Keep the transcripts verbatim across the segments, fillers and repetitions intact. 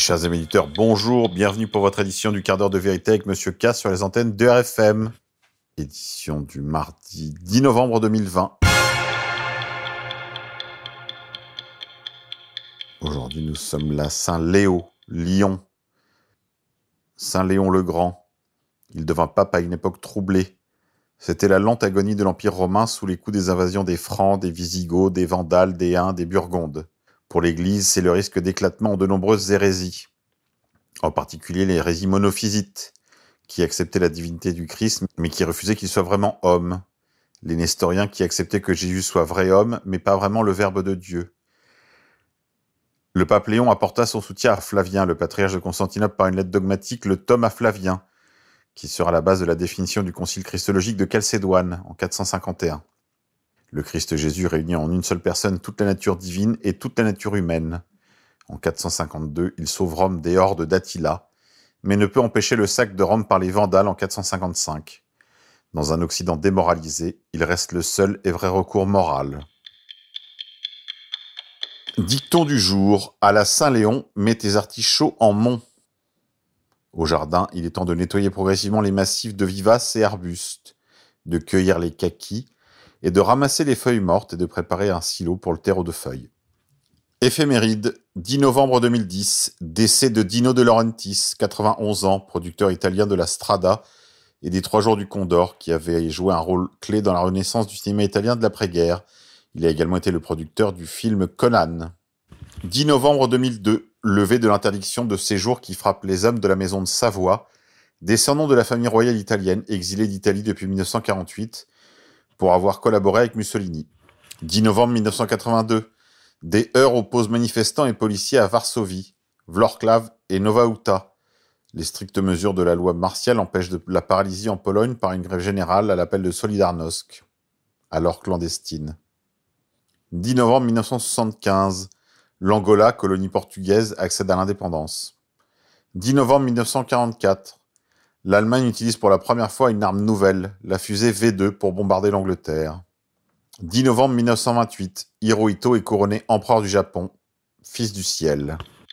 Chers amis auditeurs, bonjour, bienvenue pour votre édition du quart d'heure de vérité avec Monsieur K sur les antennes de R F M. Édition du mardi dix novembre deux mille vingt. Aujourd'hui, nous sommes là Saint-Léo, Lyon. Saint Léon le Grand. Il devint pape à une époque troublée. C'était la lente agonie de l'Empire romain sous les coups des invasions des Francs, des Visigoths, des Vandales, des Huns, des Burgondes. Pour l'Église, c'est le risque d'éclatement de nombreuses hérésies. En particulier les hérésies monophysites, qui acceptaient la divinité du Christ, mais qui refusaient qu'il soit vraiment homme. Les nestoriens qui acceptaient que Jésus soit vrai homme, mais pas vraiment le Verbe de Dieu. Le pape Léon apporta son soutien à Flavien, le patriarche de Constantinople, par une lettre dogmatique, le Tome à Flavien, qui sera la base de la définition du concile christologique de Chalcédoine, en quatre cent cinquante et un. Le Christ Jésus réunit en une seule personne toute la nature divine et toute la nature humaine. En quatre cent cinquante-deux, il sauve Rome des hordes d'Attila, mais ne peut empêcher le sac de Rome par les Vandales en quatre cent cinquante-cinq. Dans un Occident démoralisé, il reste le seul et vrai recours moral. Dicton du jour, à la Saint-Léon, mets tes artichauts en monts. Au jardin, il est temps de nettoyer progressivement les massifs de vivaces et arbustes, de cueillir les kakis et de ramasser les feuilles mortes et de préparer un silo pour le terreau de feuilles. Éphéméride, dix novembre deux mille dix, décès de Dino De Laurentiis, quatre-vingt-onze ans, producteur italien de la Strada et des Trois Jours du Condor, qui avait joué un rôle clé dans la renaissance du cinéma italien de l'après-guerre. Il a également été le producteur du film Conan. dix novembre deux mille deux, levée de l'interdiction de séjour qui frappe les hommes de la maison de Savoie, descendants de la famille royale italienne, exilés d'Italie depuis mille neuf cent quarante-huit, pour avoir collaboré avec Mussolini. dix novembre mille neuf cent quatre-vingt-deux, des heurts opposent manifestants et policiers à Varsovie, Wrocław et Nowa Huta. Les strictes mesures de la loi martiale empêchent de la paralysie en Pologne par une grève générale à l'appel de Solidarność, alors clandestine. dix novembre mille neuf cent soixante-quinze, l'Angola, colonie portugaise, accède à l'indépendance. dix novembre mille neuf cent quarante-quatre, l'Allemagne utilise pour la première fois une arme nouvelle, la fusée V deux, pour bombarder l'Angleterre. dix novembre mille neuf cent vingt-huit, Hirohito est couronné empereur du Japon, fils du ciel.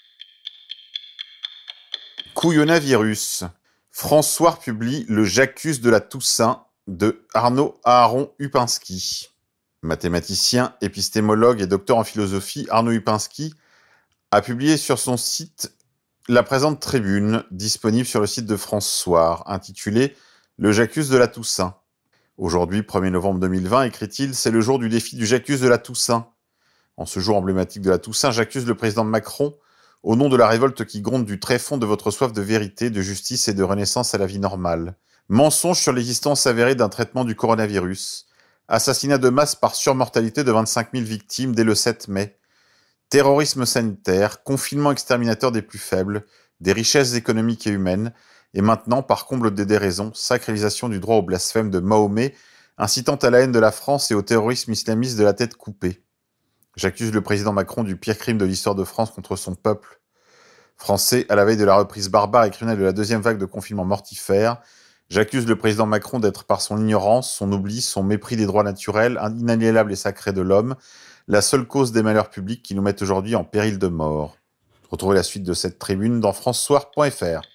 Couillonavirus. François publie le J'accuse de la Toussaint de Arnaud Aaron Upinski. Mathématicien, épistémologue et docteur en philosophie, Arnaud Upinski a publié sur son site la présente tribune, disponible sur le site de France Soir, intitulée « Le J'accuse de la Toussaint ». Aujourd'hui, premier novembre deux mille vingt, écrit-il, c'est le jour du défi du J'accuse de la Toussaint. En ce jour emblématique de la Toussaint, j'accuse le président Macron, au nom de la révolte qui gronde du tréfonds de votre soif de vérité, de justice et de renaissance à la vie normale. Mensonge sur l'existence avérée d'un traitement du coronavirus. Assassinat de masse par surmortalité de vingt-cinq mille victimes dès le sept mai. Terrorisme sanitaire, confinement exterminateur des plus faibles, des richesses économiques et humaines, et maintenant, par comble des déraisons, sacralisation du droit au blasphème de Mahomet, incitant à la haine de la France et au terrorisme islamiste de la tête coupée. J'accuse le président Macron du pire crime de l'histoire de France contre son peuple. Français, à la veille de la reprise barbare et criminelle de la deuxième vague de confinement mortifère, j'accuse le président Macron d'être, par son ignorance, son oubli, son mépris des droits naturels, inaliénables et sacrés de l'homme, la seule cause des malheurs publics qui nous mettent aujourd'hui en péril de mort. Retrouvez la suite de cette tribune dans francesoir point f r.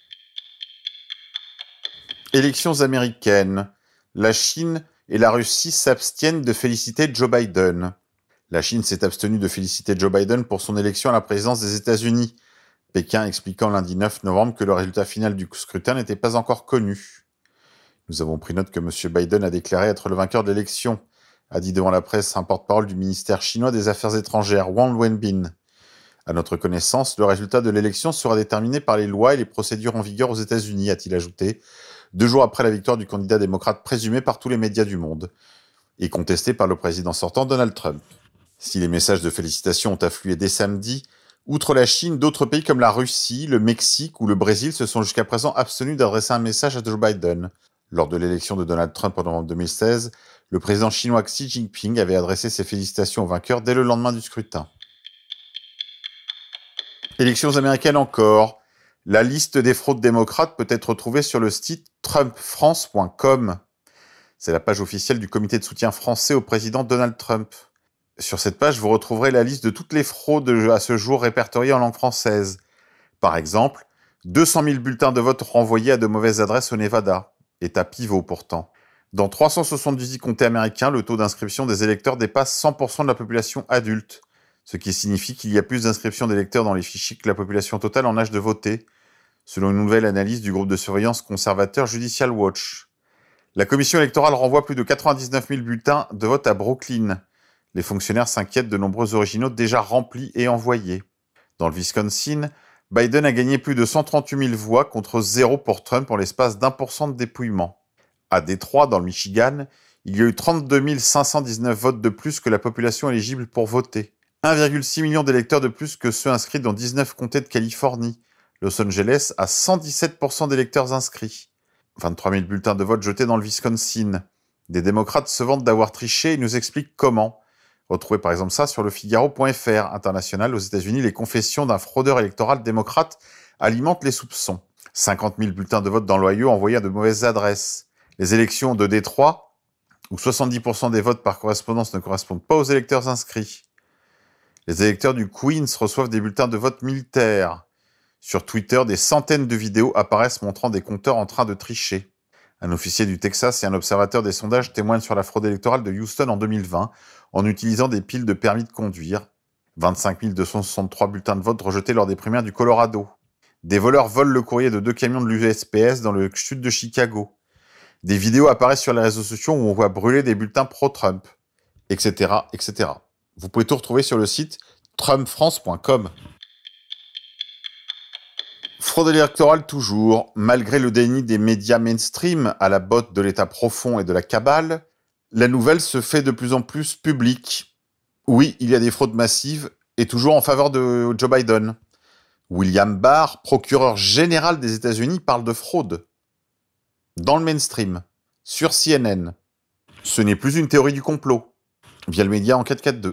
Élections américaines. La Chine et la Russie s'abstiennent de féliciter Joe Biden. La Chine s'est abstenue de féliciter Joe Biden pour son élection à la présidence des États-Unis, Pékin expliquant lundi neuf novembre que le résultat final du scrutin n'était pas encore connu. Nous avons pris note que M. Biden a déclaré être le vainqueur de l'élection, a dit devant la presse un porte-parole du ministère chinois des Affaires étrangères, Wang Wenbin. À notre connaissance, le résultat de l'élection sera déterminé par les lois et les procédures en vigueur aux États-Unis, a-t-il ajouté, deux jours après la victoire du candidat démocrate présumé par tous les médias du monde, et contesté par le président sortant Donald Trump. Si les messages de félicitations ont afflué dès samedi, outre la Chine, d'autres pays comme la Russie, le Mexique ou le Brésil se sont jusqu'à présent abstenus d'adresser un message à Joe Biden. Lors de l'élection de Donald Trump en novembre deux mille seize, le président chinois Xi Jinping avait adressé ses félicitations au vainqueur dès le lendemain du scrutin. Élections américaines encore. La liste des fraudes démocrates peut être retrouvée sur le site trump france point com. C'est la page officielle du comité de soutien français au président Donald Trump. Sur cette page, vous retrouverez la liste de toutes les fraudes à ce jour répertoriées en langue française. Par exemple, deux cent mille bulletins de vote renvoyés à de mauvaises adresses au Nevada, État pivot pourtant. Dans trois cent soixante-dix comtés américains, le taux d'inscription des électeurs dépasse cent pour cent de la population adulte, ce qui signifie qu'il y a plus d'inscriptions d'électeurs dans les fichiers que la population totale en âge de voter, selon une nouvelle analyse du groupe de surveillance conservateur Judicial Watch. La commission électorale renvoie plus de quatre-vingt-dix-neuf mille bulletins de vote à Brooklyn. Les fonctionnaires s'inquiètent de nombreux originaux déjà remplis et envoyés. Dans le Wisconsin, Biden a gagné plus de cent trente-huit mille voix contre zéro pour Trump en l'espace d'un pour cent de dépouillement. À Détroit, dans le Michigan, il y a eu trente-deux mille cinq cent dix-neuf votes de plus que la population éligible pour voter. un virgule six million d'électeurs de plus que ceux inscrits dans dix-neuf comtés de Californie. Los Angeles a cent dix-sept pour cent d'électeurs inscrits. vingt-trois mille bulletins de vote jetés dans le Wisconsin. Des démocrates se vantent d'avoir triché et nous expliquent comment. Retrouvez par exemple ça sur le Figaro point F R. International, aux États-Unis, les confessions d'un fraudeur électoral démocrate alimentent les soupçons. cinquante mille bulletins de vote dans l'Ohio envoyés à de mauvaises adresses. Les élections de Détroit, où soixante-dix pour cent des votes par correspondance ne correspondent pas aux électeurs inscrits. Les électeurs du Queens reçoivent des bulletins de vote militaires. Sur Twitter, des centaines de vidéos apparaissent montrant des compteurs en train de tricher. Un officier du Texas et un observateur des sondages témoignent sur la fraude électorale de Houston en deux mille vingt en utilisant des piles de permis de conduire. vingt-cinq mille deux cent soixante-trois bulletins de vote rejetés lors des primaires du Colorado. Des voleurs volent le courrier de deux camions de l'U S P S dans le sud de Chicago. Des vidéos apparaissent sur les réseaux sociaux où on voit brûler des bulletins pro-Trump, et cetera, et cetera. Vous pouvez tout retrouver sur le site trump france point com. Fraude électorale toujours. Malgré le déni des médias mainstream à la botte de l'État profond et de la cabale, la nouvelle se fait de plus en plus publique. Oui, il y a des fraudes massives et toujours en faveur de Joe Biden. William Barr, procureur général des États-Unis, parle de fraude. Dans le mainstream, sur C N N. Ce n'est plus une théorie du complot, via le média Enquête quarante-deux.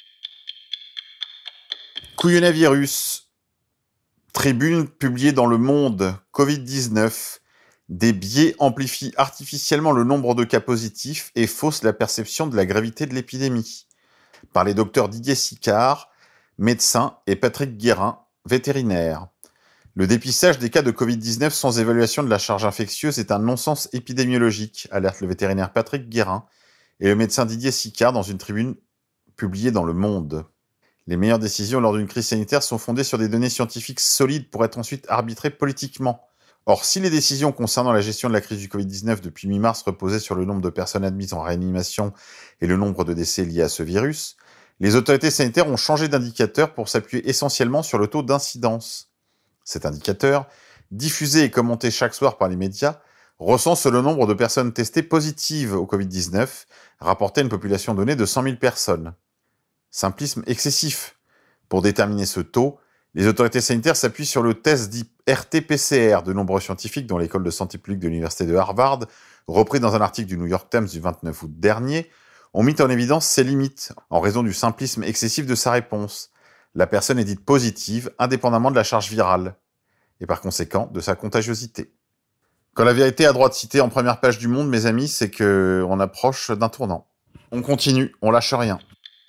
Couillonavirus. Tribune publiée dans Le Monde, covid dix-neuf. Des biais amplifient artificiellement le nombre de cas positifs et faussent la perception de la gravité de l'épidémie. Par les docteurs Didier Sicard, médecin, et Patrick Guérin, vétérinaire. Le dépistage des cas de covid dix-neuf sans évaluation de la charge infectieuse est un non-sens épidémiologique, alerte le vétérinaire Patrick Guérin et le médecin Didier Sicard dans une tribune publiée dans Le Monde. Les meilleures décisions lors d'une crise sanitaire sont fondées sur des données scientifiques solides pour être ensuite arbitrées politiquement. Or, si les décisions concernant la gestion de la crise du covid dix-neuf depuis mi-mars reposaient sur le nombre de personnes admises en réanimation et le nombre de décès liés à ce virus, les autorités sanitaires ont changé d'indicateur pour s'appuyer essentiellement sur le taux d'incidence. Cet indicateur, diffusé et commenté chaque soir par les médias, recense le nombre de personnes testées positives au covid dix-neuf, rapporté à une population donnée de cent mille personnes. Simplisme excessif. Pour déterminer ce taux, les autorités sanitaires s'appuient sur le test dit R T P C R de nombreux scientifiques, dont l'école de santé publique de l'université de Harvard, repris dans un article du New York Times du vingt-neuf août dernier, ont mis en évidence ses limites, en raison du simplisme excessif de sa réponse. La personne est dite positive, indépendamment de la charge virale, et par conséquent de sa contagiosité. Quand la vérité a droit de citer en première page du Monde, mes amis, c'est qu'on approche d'un tournant. On continue, on lâche rien.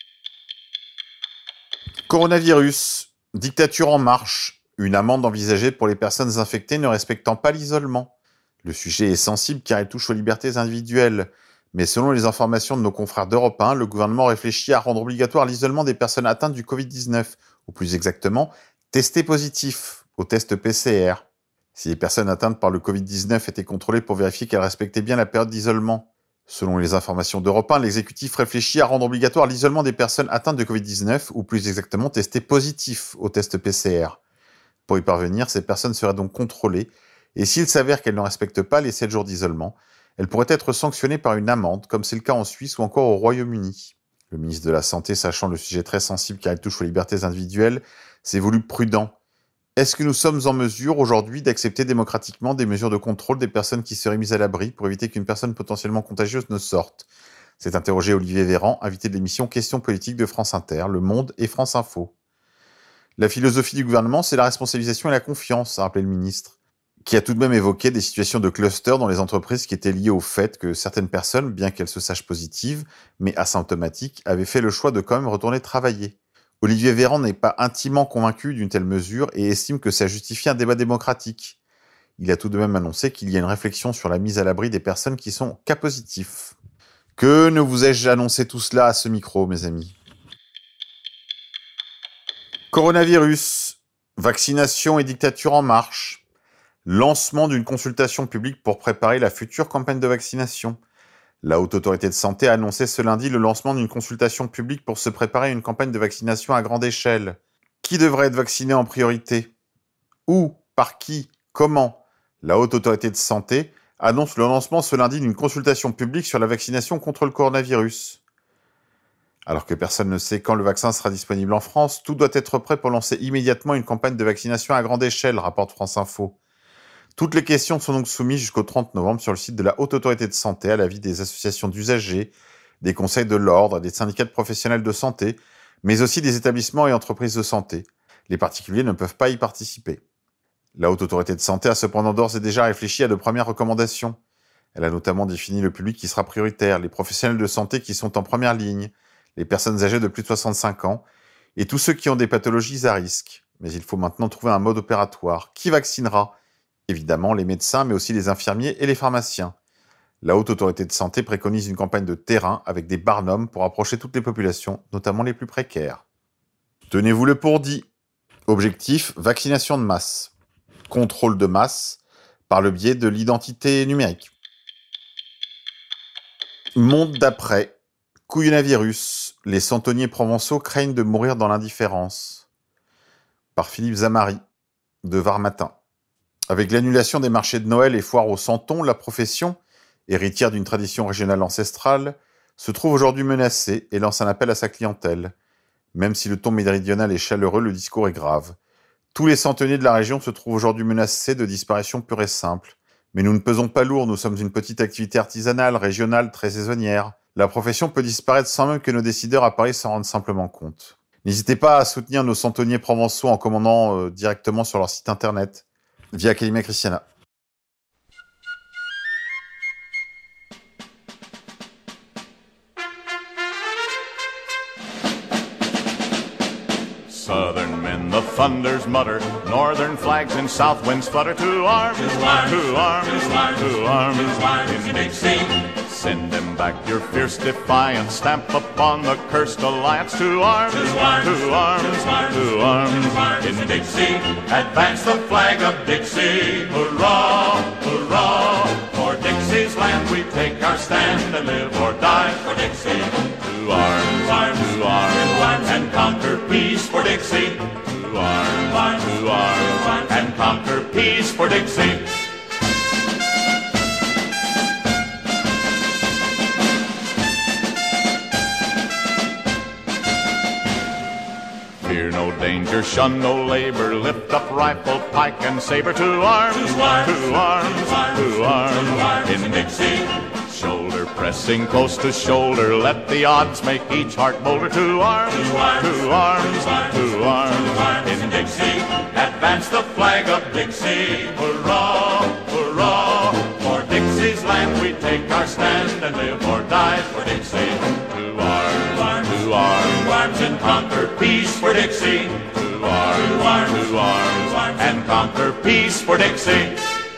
Coronavirus, dictature en marche, une amende envisagée pour les personnes infectées ne respectant pas l'isolement. Le sujet est sensible car il touche aux libertés individuelles, mais selon les informations de nos confrères d'Europe un, le gouvernement réfléchit à rendre obligatoire l'isolement des personnes atteintes du covid dix-neuf, ou plus exactement, testées positifs au test P C R. Si les personnes atteintes par le covid dix-neuf étaient contrôlées pour vérifier qu'elles respectaient bien la période d'isolement. Selon les informations d'Europe un, l'exécutif réfléchit à rendre obligatoire l'isolement des personnes atteintes de covid dix-neuf, ou plus exactement testées positifs au test P C R. Pour y parvenir, ces personnes seraient donc contrôlées, et s'il s'avère qu'elles ne respectent pas les sept jours d'isolement, elles pourraient être sanctionnées par une amende, comme c'est le cas en Suisse ou encore au Royaume-Uni. Le ministre de la Santé, sachant le sujet très sensible car il touche aux libertés individuelles, s'est voulu prudent. Est-ce que nous sommes en mesure aujourd'hui d'accepter démocratiquement des mesures de contrôle des personnes qui seraient mises à l'abri pour éviter qu'une personne potentiellement contagieuse ne sorte ? s'est interrogé Olivier Véran, invité de l'émission Questions politiques de France Inter, Le Monde et France Info. La philosophie du gouvernement, c'est la responsabilisation et la confiance, a rappelé le ministre, qui a tout de même évoqué des situations de cluster dans les entreprises qui étaient liées au fait que certaines personnes, bien qu'elles se sachent positives, mais asymptomatiques, avaient fait le choix de quand même retourner travailler. Olivier Véran n'est pas intimement convaincu d'une telle mesure et estime que ça justifie un débat démocratique. Il a tout de même annoncé qu'il y a une réflexion sur la mise à l'abri des personnes qui sont cas positifs. Que ne vous ai-je annoncé tout cela à ce micro, mes amis? Coronavirus, vaccination et dictature en marche. Lancement d'une consultation publique pour préparer la future campagne de vaccination. La Haute Autorité de Santé a annoncé ce lundi le lancement d'une consultation publique pour se préparer à une campagne de vaccination à grande échelle. Qui devrait être vacciné en priorité? Où? Par qui? Comment? La Haute Autorité de Santé annonce le lancement ce lundi d'une consultation publique sur la vaccination contre le coronavirus. Alors que personne ne sait quand le vaccin sera disponible en France, tout doit être prêt pour lancer immédiatement une campagne de vaccination à grande échelle, rapporte France Info. Toutes les questions sont donc soumises jusqu'au trente novembre sur le site de la Haute Autorité de Santé à l'avis des associations d'usagers, des conseils de l'ordre, des syndicats de professionnels de santé, mais aussi des établissements et entreprises de santé. Les particuliers ne peuvent pas y participer. La Haute Autorité de Santé a cependant d'ores et déjà réfléchi à de premières recommandations. Elle a notamment défini le public qui sera prioritaire, les professionnels de santé qui sont en première ligne, les personnes âgées de plus de soixante-cinq ans, et tous ceux qui ont des pathologies à risque. Mais il faut maintenant trouver un mode opératoire. Qui vaccinera ? Évidemment, les médecins, mais aussi les infirmiers et les pharmaciens. La Haute Autorité de Santé préconise une campagne de terrain avec des barnums pour approcher toutes les populations, notamment les plus précaires. Tenez-vous-le pour dit. Objectif, vaccination de masse. Contrôle de masse par le biais de l'identité numérique. Monde d'après. Couillonavirus. Les centeniers provençaux craignent de mourir dans l'indifférence. Par Philippe Zamary, de Var Matin. Avec l'annulation des marchés de Noël et foires au Santon, la profession, héritière d'une tradition régionale ancestrale, se trouve aujourd'hui menacée et lance un appel à sa clientèle. Même si le ton méridional est chaleureux, le discours est grave. Tous les centeniers de la région se trouvent aujourd'hui menacés de disparition pure et simple. Mais nous ne pesons pas lourd, nous sommes une petite activité artisanale, régionale, très saisonnière. La profession peut disparaître sans même que nos décideurs à Paris s'en rendent simplement compte. N'hésitez pas à soutenir nos centeniers provençaux en commandant euh, directement sur leur site internet, via Kalima Christiana. Southern men, the thunders mutter, northern flags and south winds flutter. To arms, to arms, to arms, to arms, in Dixie. Send them back your fierce defiance, stamp upon the cursed alliance. To arms, to arms, to arms, to arms, in Dixie. Advance the flag of Dixie, hurrah, hurrah. For Dixie's land we take our stand and live or die for Dixie. To arms, arms, to arms, and conquer peace for Dixie. To arms, to arms, and conquer peace for Dixie. Fear no danger, shun no labor, lift up rifle, pike, and saber. To arms, to arms, to arms, to arms, in Dixie. Shoulder pressing close to shoulder, let the odds make each heart bolder. To arms, to arms, to arms, in Dixie. Advance the flag of Dixie, hurrah, hurrah. For Dixie's land we take our stand and live or die for Dixie. To arms, to arms, and conquer peace for Dixie. To arms, to arms, and conquer peace for Dixie.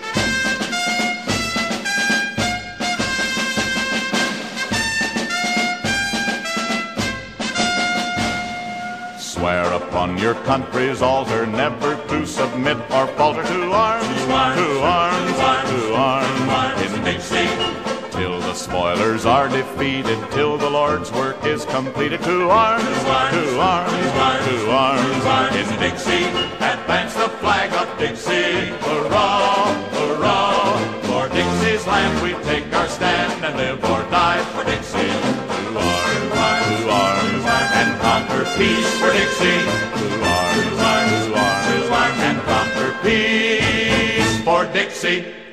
Swear upon your country's altar never to submit or falter. To arms, to arms, to arms, in Dixie. Till the spoilers are defeated, till the Lord's work is completed. To arms, to arms, to arms, in Dixie. Advance the flag of Dixie, hurrah, hurrah. For Dixie's land we take our stand and live or die for Dixie. To arms, to arms, and conquer peace for Dixie. To arms, to arms, and conquer peace for Dixie.